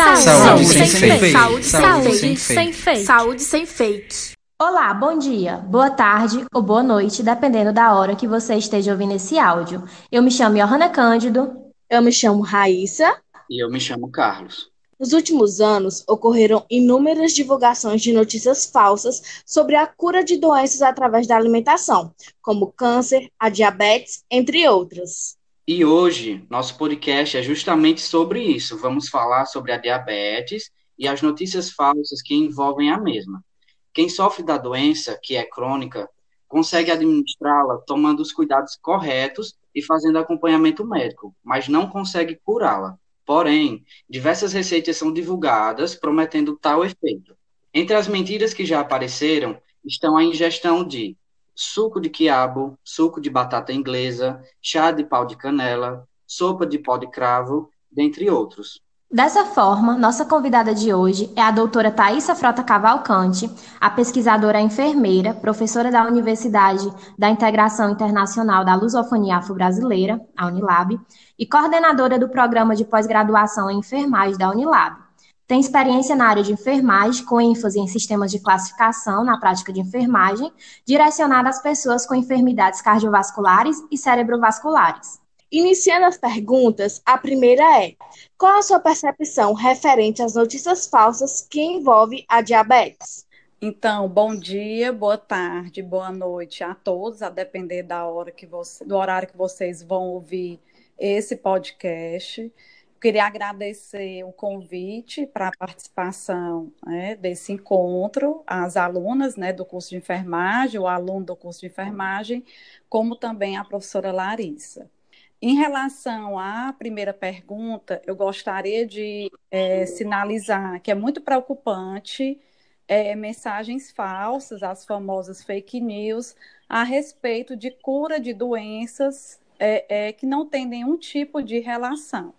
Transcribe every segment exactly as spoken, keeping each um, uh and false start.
Saúde sem fake. Saúde Saúde sem sem fake. Saúde sem fake. Olá, bom dia, boa tarde ou boa noite, dependendo da hora que você esteja ouvindo esse áudio. Eu me chamo Johanna Cândido. Eu me chamo Raíssa. E eu me chamo Carlos. Nos últimos anos, ocorreram inúmeras divulgações de notícias falsas sobre a cura de doenças através da alimentação, como câncer, a diabetes, entre outras. E hoje, nosso podcast é justamente sobre isso. Vamos falar sobre a diabetes e as notícias falsas que envolvem a mesma. Quem sofre da doença, que é crônica, consegue administrá-la tomando os cuidados corretos e fazendo acompanhamento médico, mas não consegue curá-la. Porém, diversas receitas são divulgadas prometendo tal efeito. Entre as mentiras que já apareceram estão a ingestão de suco de quiabo, suco de batata inglesa, chá de pau de canela, sopa de pó de cravo, dentre outros. Dessa forma, nossa convidada de hoje é a doutora Thaísa Frota Cavalcante, a pesquisadora enfermeira, professora da Universidade da Integração Internacional da Lusofonia Afro-Brasileira, a Unilab, e coordenadora do Programa de Pós-Graduação em Enfermagem da Unilab. Tem experiência na área de enfermagem, com ênfase em sistemas de classificação na prática de enfermagem, direcionada às pessoas com enfermidades cardiovasculares e cerebrovasculares. Iniciando as perguntas, a primeira é: qual a sua percepção referente às notícias falsas que envolvem a diabetes? Então, bom dia, boa tarde, boa noite a todos, a depender da hora que você, do horário que vocês vão ouvir esse podcast. Queria agradecer o convite para a participação, né, desse encontro, às alunas, né, do curso de enfermagem, o aluno do curso de enfermagem, como também a professora Larissa. Em relação à primeira pergunta, eu gostaria de é, sinalizar que é muito preocupante é, mensagens falsas, as famosas fake news, a respeito de cura de doenças é, é, que não têm nenhum tipo de relação.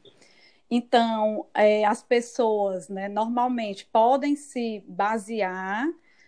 Então, é, as pessoas, né, normalmente podem se basear,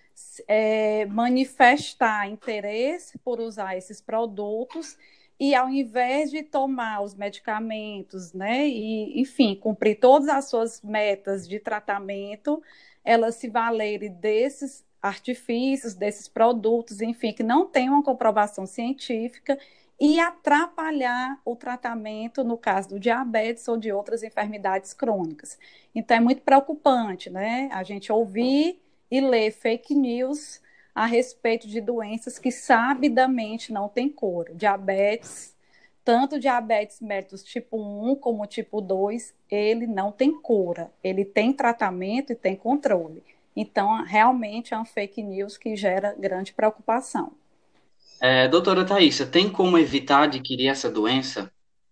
é, manifestar interesse por usar esses produtos e, ao invés de tomar os medicamentos, né, e, enfim, cumprir todas as suas metas de tratamento, elas se valerem desses artifícios, desses produtos, enfim, que não têm uma comprovação científica e atrapalhar o tratamento, no caso do diabetes ou de outras enfermidades crônicas. Então, é muito preocupante, né, a gente ouvir e ler fake news a respeito de doenças que sabidamente não têm cura. Diabetes, tanto diabetes mellitus tipo um como tipo dois, ele não tem cura, ele tem tratamento e tem controle. Então, realmente é uma fake news que gera grande preocupação. É, doutora Thaísa, tem como evitar adquirir essa doença?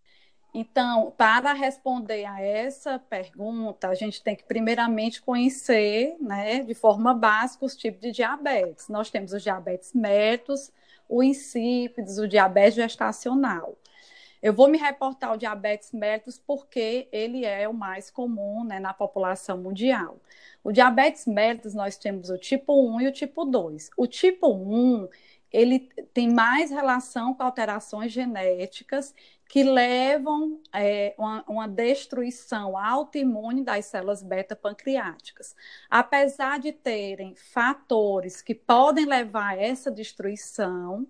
Então, para responder a essa pergunta, a gente tem que primeiramente conhecer, né, de forma básica, os tipos de diabetes. Nós temos os diabetes mellitus, o insípidos, o diabetes gestacional. Eu vou me reportar ao diabetes mellitus porque ele é o mais comum, né, na população mundial. O diabetes mellitus, nós temos o tipo um e o tipo dois. O tipo um, ele tem mais relação com alterações genéticas que levam é, uma, uma destruição autoimune das células beta-pancreáticas. Apesar de terem fatores que podem levar a essa destruição,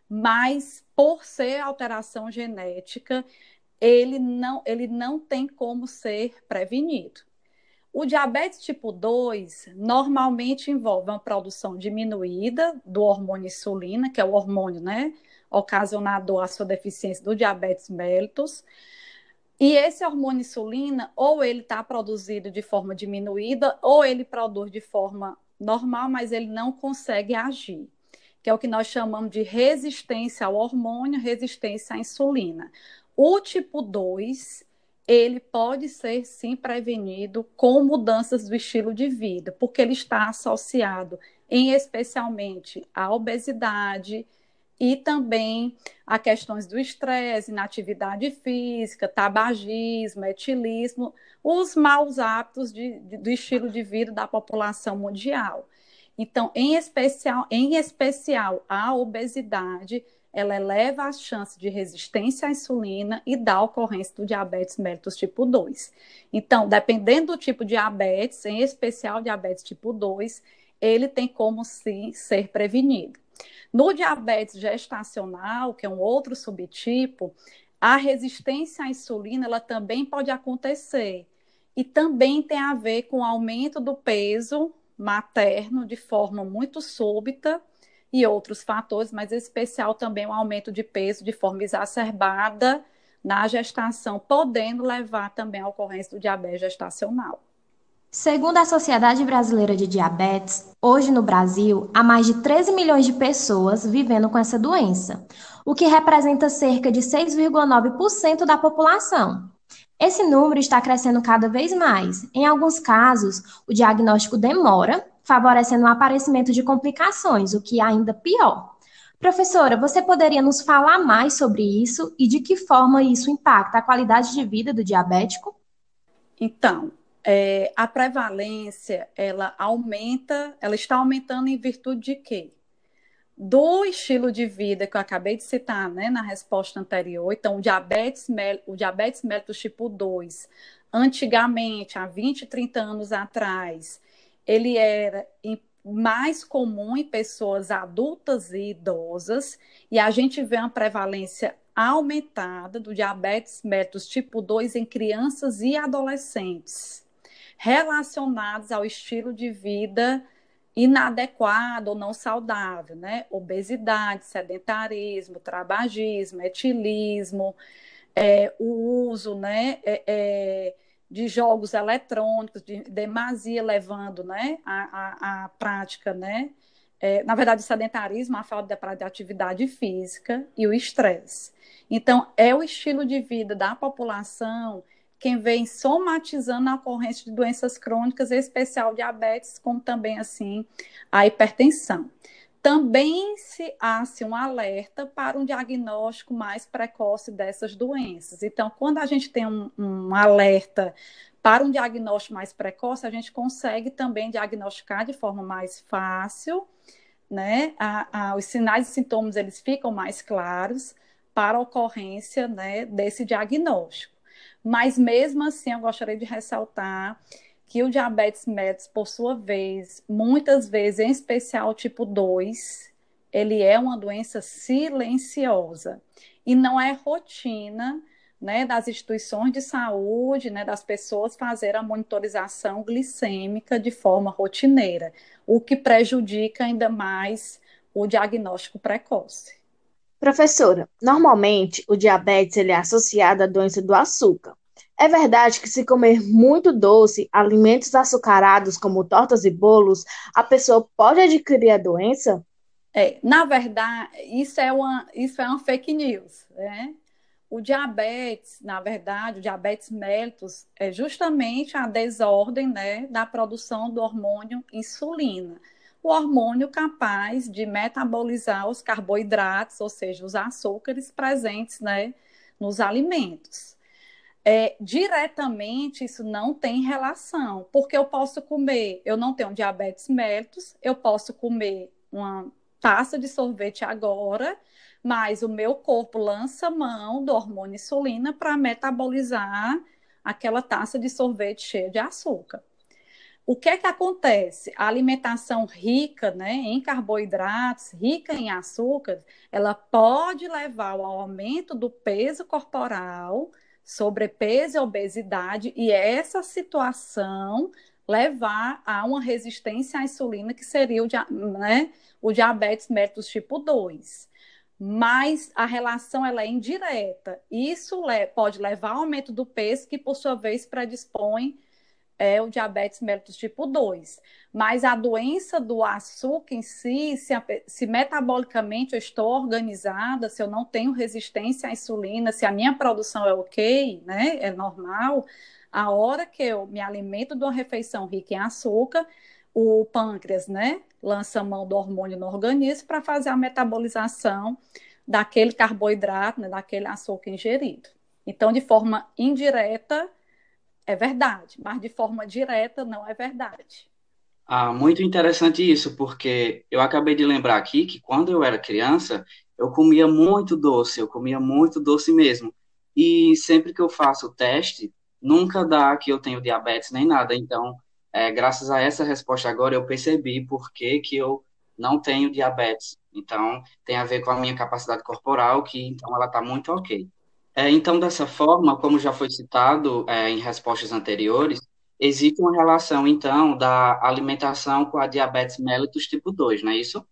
mas por ser alteração genética, ele não, ele não tem como ser prevenido. O diabetes tipo dois normalmente envolve uma produção diminuída do hormônio insulina, que é o hormônio, né, ocasionador à sua deficiência do diabetes mellitus. E esse hormônio insulina, ou ele está produzido de forma diminuída, ou ele produz de forma normal, mas ele não consegue agir, que é o que nós chamamos de resistência ao hormônio, resistência à insulina. O tipo dois, ele pode ser, sim, prevenido com mudanças do estilo de vida, porque ele está associado, em especialmente, à obesidade e também a questões do estresse, inatividade física, tabagismo, etilismo, os maus hábitos de, de, do estilo de vida da população mundial. Então, em especial, em especial, a obesidade ela eleva as chances de resistência à insulina e da ocorrência do diabetes mellitus tipo dois. Então, dependendo do tipo de diabetes, em especial diabetes tipo dois, ele tem como sim ser prevenido. No diabetes gestacional, que é um outro subtipo, a resistência à insulina ela também pode acontecer e também tem a ver com o aumento do peso materno de forma muito súbita e outros fatores, mas em especial também o aumento de peso de forma exacerbada na gestação, podendo levar também à ocorrência do diabetes gestacional. Segundo a Sociedade Brasileira de Diabetes, hoje no Brasil há mais de treze milhões de pessoas vivendo com essa doença, o que representa cerca de seis vírgula nove por cento da população. Esse número está crescendo cada vez mais. Em alguns casos, o diagnóstico demora, favorecendo o aparecimento de complicações, o que é ainda pior. Professora, você poderia nos falar mais sobre isso e de que forma isso impacta a qualidade de vida do diabético? Então, é, a prevalência, ela aumenta, ela está aumentando em virtude de quê? Do estilo de vida que eu acabei de citar, né, na resposta anterior. Então, o diabetes, o diabetes mellitus tipo dois, antigamente, há vinte, trinta anos atrás, ele era mais comum em pessoas adultas e idosas, e a gente vê uma prevalência aumentada do diabetes mellitus tipo dois em crianças e adolescentes, relacionados ao estilo de vida inadequado ou não saudável, né? Obesidade, sedentarismo, tabagismo, etilismo, é, o uso, né, é, é, de jogos eletrônicos, de demasia, levando, né, a, a, a prática, né, é, na verdade, o sedentarismo, a falta de, de atividade física e o estresse. Então, é o estilo de vida da população quem vem somatizando a ocorrência de doenças crônicas, em especial diabetes, como também, assim, a hipertensão. Também se há-se um alerta para um diagnóstico mais precoce dessas doenças. Então, quando a gente tem um, um alerta para um diagnóstico mais precoce, a gente consegue também diagnosticar de forma mais fácil, né? A, a, os sinais e sintomas eles ficam mais claros para a ocorrência, né, desse diagnóstico. Mas, mesmo assim, eu gostaria de ressaltar que o diabetes mellitus, por sua vez, muitas vezes, em especial tipo dois, ele é uma doença silenciosa e não é rotina, né, das instituições de saúde, né, das pessoas fazerem a monitorização glicêmica de forma rotineira, o que prejudica ainda mais o diagnóstico precoce. Professora, normalmente o diabetes ele é associado à doença do açúcar. É verdade que se comer muito doce, alimentos açucarados como tortas e bolos, a pessoa pode adquirir a doença? É, na verdade, isso é uma, isso é uma fake news, né? O diabetes, na verdade, o diabetes mellitus é justamente a desordem, né, da produção do hormônio insulina. O hormônio capaz de metabolizar os carboidratos, ou seja, os açúcares presentes, né, nos alimentos. É, diretamente, isso não tem relação, porque eu posso comer, eu não tenho diabetes mellitus, eu posso comer uma taça de sorvete agora, mas o meu corpo lança mão do hormônio insulina para metabolizar aquela taça de sorvete cheia de açúcar. O que é que acontece? A alimentação rica, né, em carboidratos, rica em açúcar, ela pode levar ao aumento do peso corporal, sobrepeso e obesidade, e essa situação levar a uma resistência à insulina, que seria o, né, o diabetes mellitus tipo dois. Mas a relação ela é indireta. Isso pode levar ao aumento do peso, que por sua vez predispõe é o diabetes mellitus tipo dois. Mas a doença do açúcar em si, se, se metabolicamente eu estou organizada, se eu não tenho resistência à insulina, se a minha produção é ok, né, é normal, a hora que eu me alimento de uma refeição rica em açúcar, o pâncreas, né, lança mão do hormônio no organismo para fazer a metabolização daquele carboidrato, né, daquele açúcar ingerido. Então, de forma indireta, é verdade, mas de forma direta não é verdade. Ah, muito interessante isso, porque eu acabei de lembrar aqui que quando eu era criança, eu comia muito doce, eu comia muito doce mesmo. E sempre que eu faço o teste, nunca dá que eu tenho diabetes nem nada. Então, é, graças a essa resposta agora, eu percebi por que que eu não tenho diabetes. Então, tem a ver com a minha capacidade corporal, que então ela está muito ok. É, então, dessa forma, como já foi citado, é, em respostas anteriores, existe uma relação, então, da alimentação com a diabetes mellitus tipo dois, não é isso?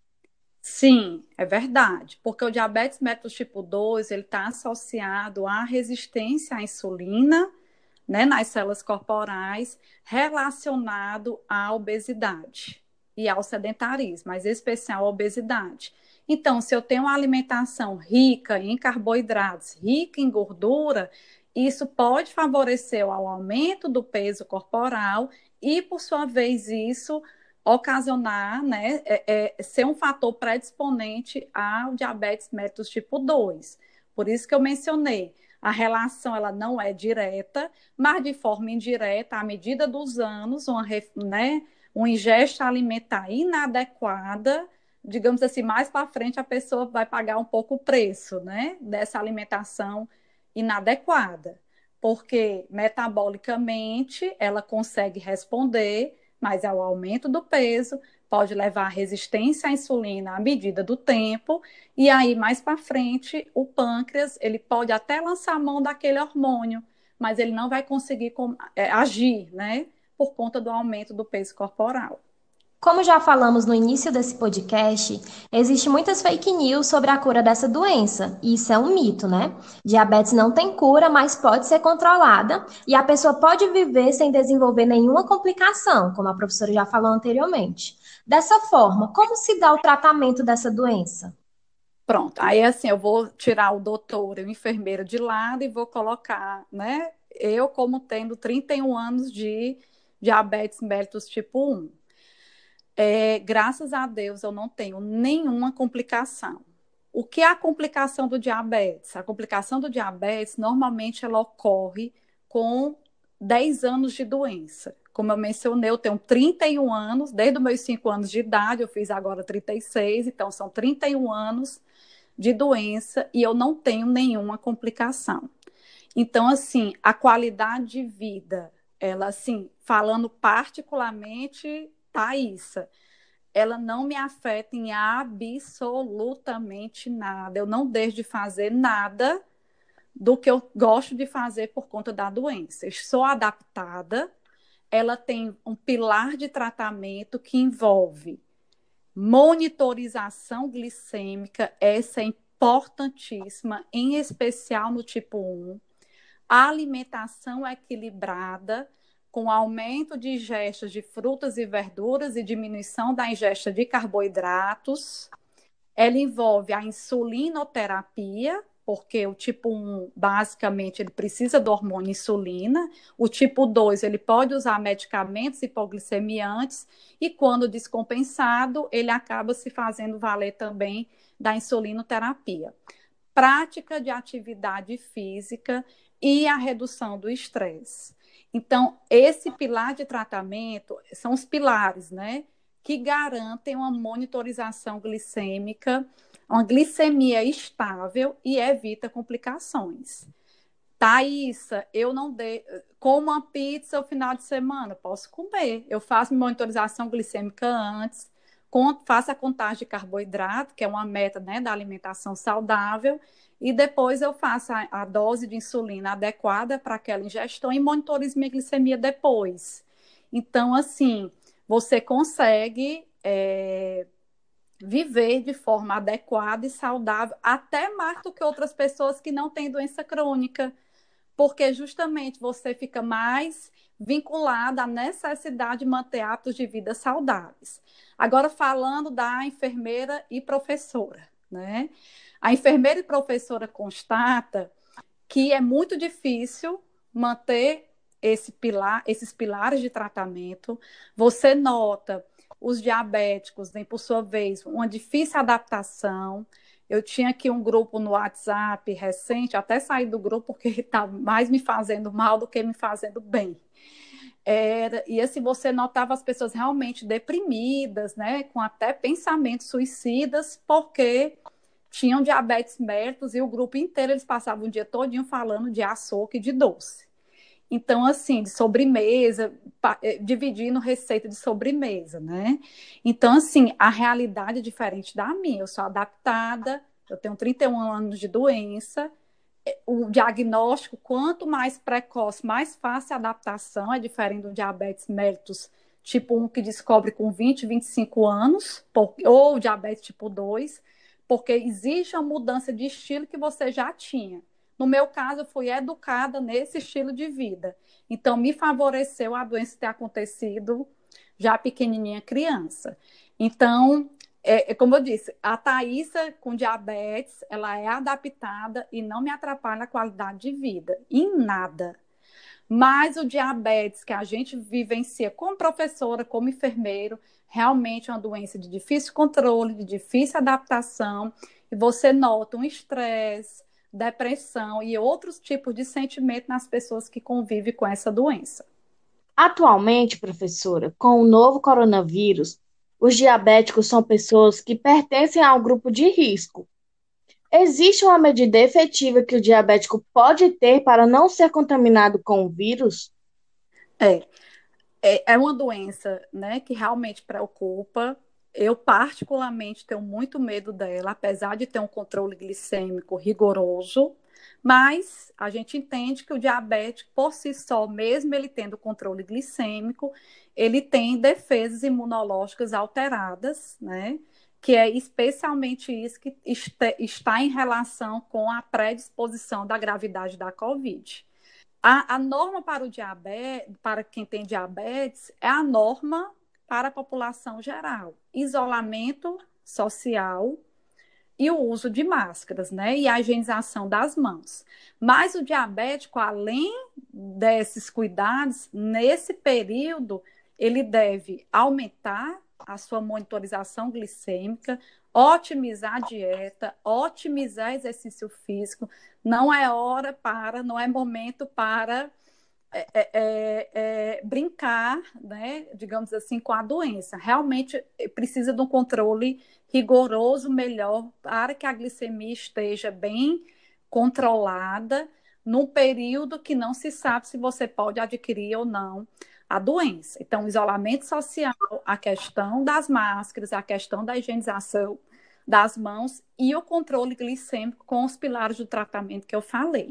Sim, é verdade, porque o diabetes mellitus tipo dois ele está associado à resistência à insulina, né, nas células corporais, relacionado à obesidade e ao sedentarismo, mas em especial à obesidade. Então, se eu tenho uma alimentação rica em carboidratos, rica em gordura, isso pode favorecer o aumento do peso corporal e, por sua vez, isso ocasionar, né, é, é, ser um fator predisponente ao diabetes mellitus tipo dois. Por isso que eu mencionei, a relação ela não é direta, mas de forma indireta, à medida dos anos, uma, né, uma ingesta alimentar inadequada, digamos assim, mais para frente a pessoa vai pagar um pouco o preço, né, dessa alimentação inadequada, porque metabolicamente ela consegue responder, mas ao aumento do peso pode levar à resistência à insulina à medida do tempo, e aí mais para frente o pâncreas ele pode até lançar a mão daquele hormônio, mas ele não vai conseguir com, é, agir, né, por conta do aumento do peso corporal. Como já falamos no início desse podcast, existe muitas fake news sobre a cura dessa doença, e isso é um mito, né? Diabetes não tem cura, mas pode ser controlada, e a pessoa pode viver sem desenvolver nenhuma complicação, como a professora já falou anteriormente. Dessa forma, como se dá o tratamento dessa doença? Pronto, aí assim, eu vou tirar o doutor e o enfermeiro de lado e vou colocar, né, eu como tendo trinta e um anos de diabetes mellitus tipo um. É, graças a Deus eu não tenho nenhuma complicação. O que é a complicação do diabetes? A complicação do diabetes, normalmente, ela ocorre com dez anos de doença. Como eu mencionei, eu tenho trinta e um anos, desde os meus cinco anos de idade, eu fiz agora trinta e seis, então são trinta e um anos de doença e eu não tenho nenhuma complicação. Então, assim, a qualidade de vida, ela, assim, falando particularmente, Thaísa, ela não me afeta em absolutamente nada. Eu não deixo de fazer nada do que eu gosto de fazer por conta da doença. Eu sou adaptada, ela tem um pilar de tratamento que envolve monitorização glicêmica, essa é importantíssima, em especial no tipo um, alimentação equilibrada, com aumento de ingestas de frutas e verduras e diminuição da ingesta de carboidratos. Ela envolve a insulinoterapia, porque o tipo um, basicamente, ele precisa do hormônio insulina. O tipo dois, ele pode usar medicamentos hipoglicemiantes e, quando descompensado, ele acaba se fazendo valer também da insulinoterapia. Prática de atividade física e a redução do estresse. Então, esse pilar de tratamento são os pilares, né, que garantem uma monitorização glicêmica, uma glicemia estável e evita complicações. Thaísa, eu não dei, como uma pizza no final de semana, posso comer. Eu faço monitorização glicêmica antes, faço a contagem de carboidrato, que é uma meta, né, da alimentação saudável, e depois eu faço a, a dose de insulina adequada para aquela ingestão e monitorizo minha glicemia depois. Então, assim, você consegue é, viver de forma adequada e saudável, até mais do que outras pessoas que não têm doença crônica, porque justamente você fica mais vinculada à necessidade de manter hábitos de vida saudáveis. Agora, falando da enfermeira e professora, né? A enfermeira e professora constata que é muito difícil manter esse pilar, esses pilares de tratamento. Você nota os diabéticos, né, por sua vez, uma difícil adaptação. Eu tinha aqui um grupo no WhatsApp recente, até saí do grupo porque está mais me fazendo mal do que me fazendo bem. Era, e assim, você notava as pessoas realmente deprimidas, né, com até pensamentos suicidas, porque tinham diabetes mellitus e o grupo inteiro, eles passavam o dia todinho falando de açúcar e de doce. Então, assim, de sobremesa, dividindo receita de sobremesa, né? Então, assim, a realidade é diferente da minha. Eu sou adaptada, eu tenho trinta e um anos de doença. O diagnóstico, quanto mais precoce, mais fácil a adaptação, é diferente do diabetes mellitus tipo um, que descobre com vinte, vinte e cinco anos, ou diabetes tipo dois, porque existe uma mudança de estilo que você já tinha. No meu caso, eu fui educada nesse estilo de vida. Então, me favoreceu a doença ter acontecido já pequenininha criança. Então, é, é como eu disse, a Thaísa com diabetes, ela é adaptada e não me atrapalha a qualidade de vida, em nada. Mas o diabetes que a gente vivencia como professora, como enfermeiro, realmente é uma doença de difícil controle, de difícil adaptação, e você nota um estresse, depressão e outros tipos de sentimento nas pessoas que convivem com essa doença. Atualmente, professora, com o novo coronavírus, os diabéticos são pessoas que pertencem ao grupo de risco. Existe uma medida efetiva que o diabético pode ter para não ser contaminado com o vírus? É, é, é uma doença, né, que realmente preocupa. Eu, particularmente, tenho muito medo dela, apesar de ter um controle glicêmico rigoroso, mas a gente entende que o diabético, por si só, mesmo ele tendo controle glicêmico, ele tem defesas imunológicas alteradas, né? Que é especialmente isso que está em relação com a predisposição da gravidade da Covid. A, a norma para o diabetes, para quem tem diabetes, é a norma para a população geral. Isolamento social e o uso de máscaras, né? E a higienização das mãos. Mas o diabético, além desses cuidados, nesse período, ele deve aumentar a sua monitorização glicêmica, otimizar a dieta, otimizar exercício físico. Não é hora para, não é momento para é, é, é, brincar, né, digamos assim, com a doença. Realmente precisa de um controle rigoroso, melhor, para que a glicemia esteja bem controlada num período que não se sabe se você pode adquirir ou não a doença. Então, isolamento social, a questão das máscaras, a questão da higienização das mãos e o controle glicêmico com os pilares do tratamento que eu falei.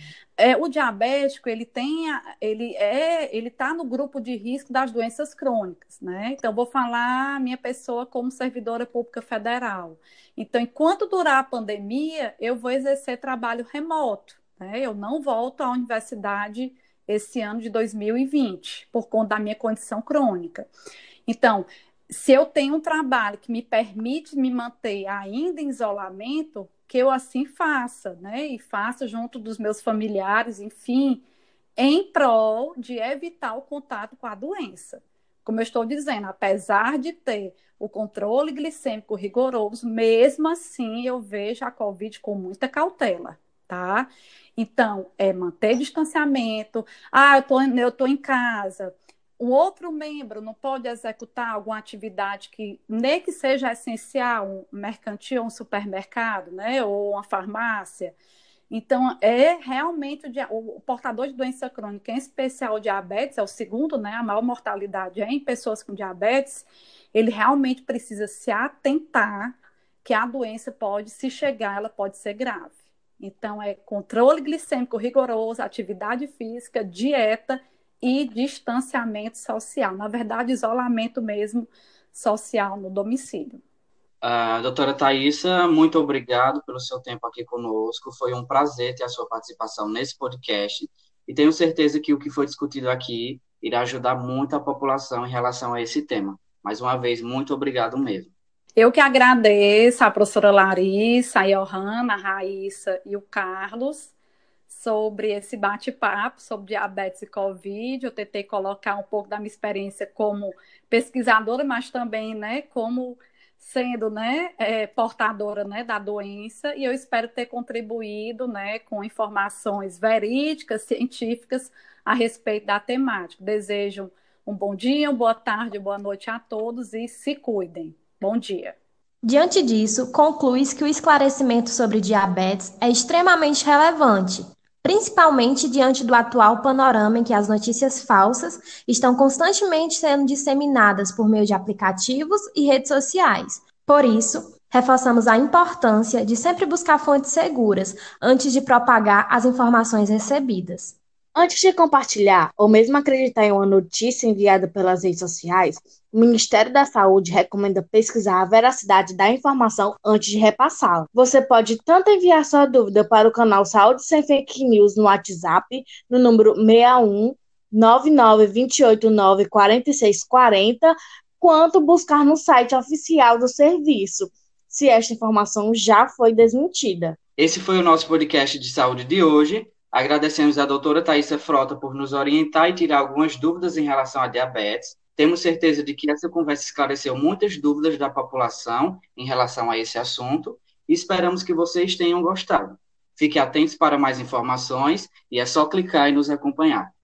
É, o diabético, ele tem, a, ele é, ele está no grupo de risco das doenças crônicas, né? Então, vou falar a minha pessoa como servidora pública federal. Então, enquanto durar a pandemia, eu vou exercer trabalho remoto, né? Eu não volto à universidade esse ano de dois mil e vinte, por conta da minha condição crônica. Então, se eu tenho um trabalho que me permite me manter ainda em isolamento, que eu assim faça, né? E faça junto dos meus familiares, enfim, em prol de evitar o contato com a doença. Como eu estou dizendo, apesar de ter o controle glicêmico rigoroso, mesmo assim eu vejo a Covid com muita cautela, tá? Então, é manter distanciamento. Ah, eu tô, eu tô em casa. O outro membro não pode executar alguma atividade que nem que seja essencial, um mercantil, um supermercado, né, ou uma farmácia. Então, é realmente o, o portador de doença crônica, em especial o diabetes, é o segundo, né, a maior mortalidade é em pessoas com diabetes, ele realmente precisa se atentar que a doença pode, se chegar, ela pode ser grave. Então, é controle glicêmico rigoroso, atividade física, dieta e distanciamento social. Na verdade, isolamento mesmo social no domicílio. Uh, doutora Thaísa, muito obrigado pelo seu tempo aqui conosco. Foi um prazer ter a sua participação nesse podcast e tenho certeza que o que foi discutido aqui irá ajudar muito a população em relação a esse tema. Mais uma vez, muito obrigado mesmo. Eu que agradeço a professora Larissa, a Johanna, a Raíssa e o Carlos sobre esse bate-papo sobre diabetes e Covid. Eu tentei colocar um pouco da minha experiência como pesquisadora, mas também, né, como sendo, né, é, portadora, né, da doença, e eu espero ter contribuído, né, com informações verídicas, científicas a respeito da temática. Desejo um bom dia, uma boa tarde, boa noite a todos e se cuidem. Bom dia. Diante disso, conclui-se que o esclarecimento sobre diabetes é extremamente relevante, principalmente diante do atual panorama em que as notícias falsas estão constantemente sendo disseminadas por meio de aplicativos e redes sociais. Por isso, reforçamos a importância de sempre buscar fontes seguras antes de propagar as informações recebidas. Antes de compartilhar ou mesmo acreditar em uma notícia enviada pelas redes sociais, o Ministério da Saúde recomenda pesquisar a veracidade da informação antes de repassá-la. Você pode tanto enviar sua dúvida para o canal Saúde Sem Fake News no WhatsApp, no número seis um nove nove dois oito nove quatro seis quatro zero, quanto buscar no site oficial do serviço, se esta informação já foi desmentida. Esse foi o nosso podcast de saúde de hoje. Agradecemos à doutora Thaisa Frota por nos orientar e tirar algumas dúvidas em relação à diabetes. Temos certeza de que essa conversa esclareceu muitas dúvidas da população em relação a esse assunto e esperamos que vocês tenham gostado. Fiquem atentos para mais informações e é só clicar e nos acompanhar.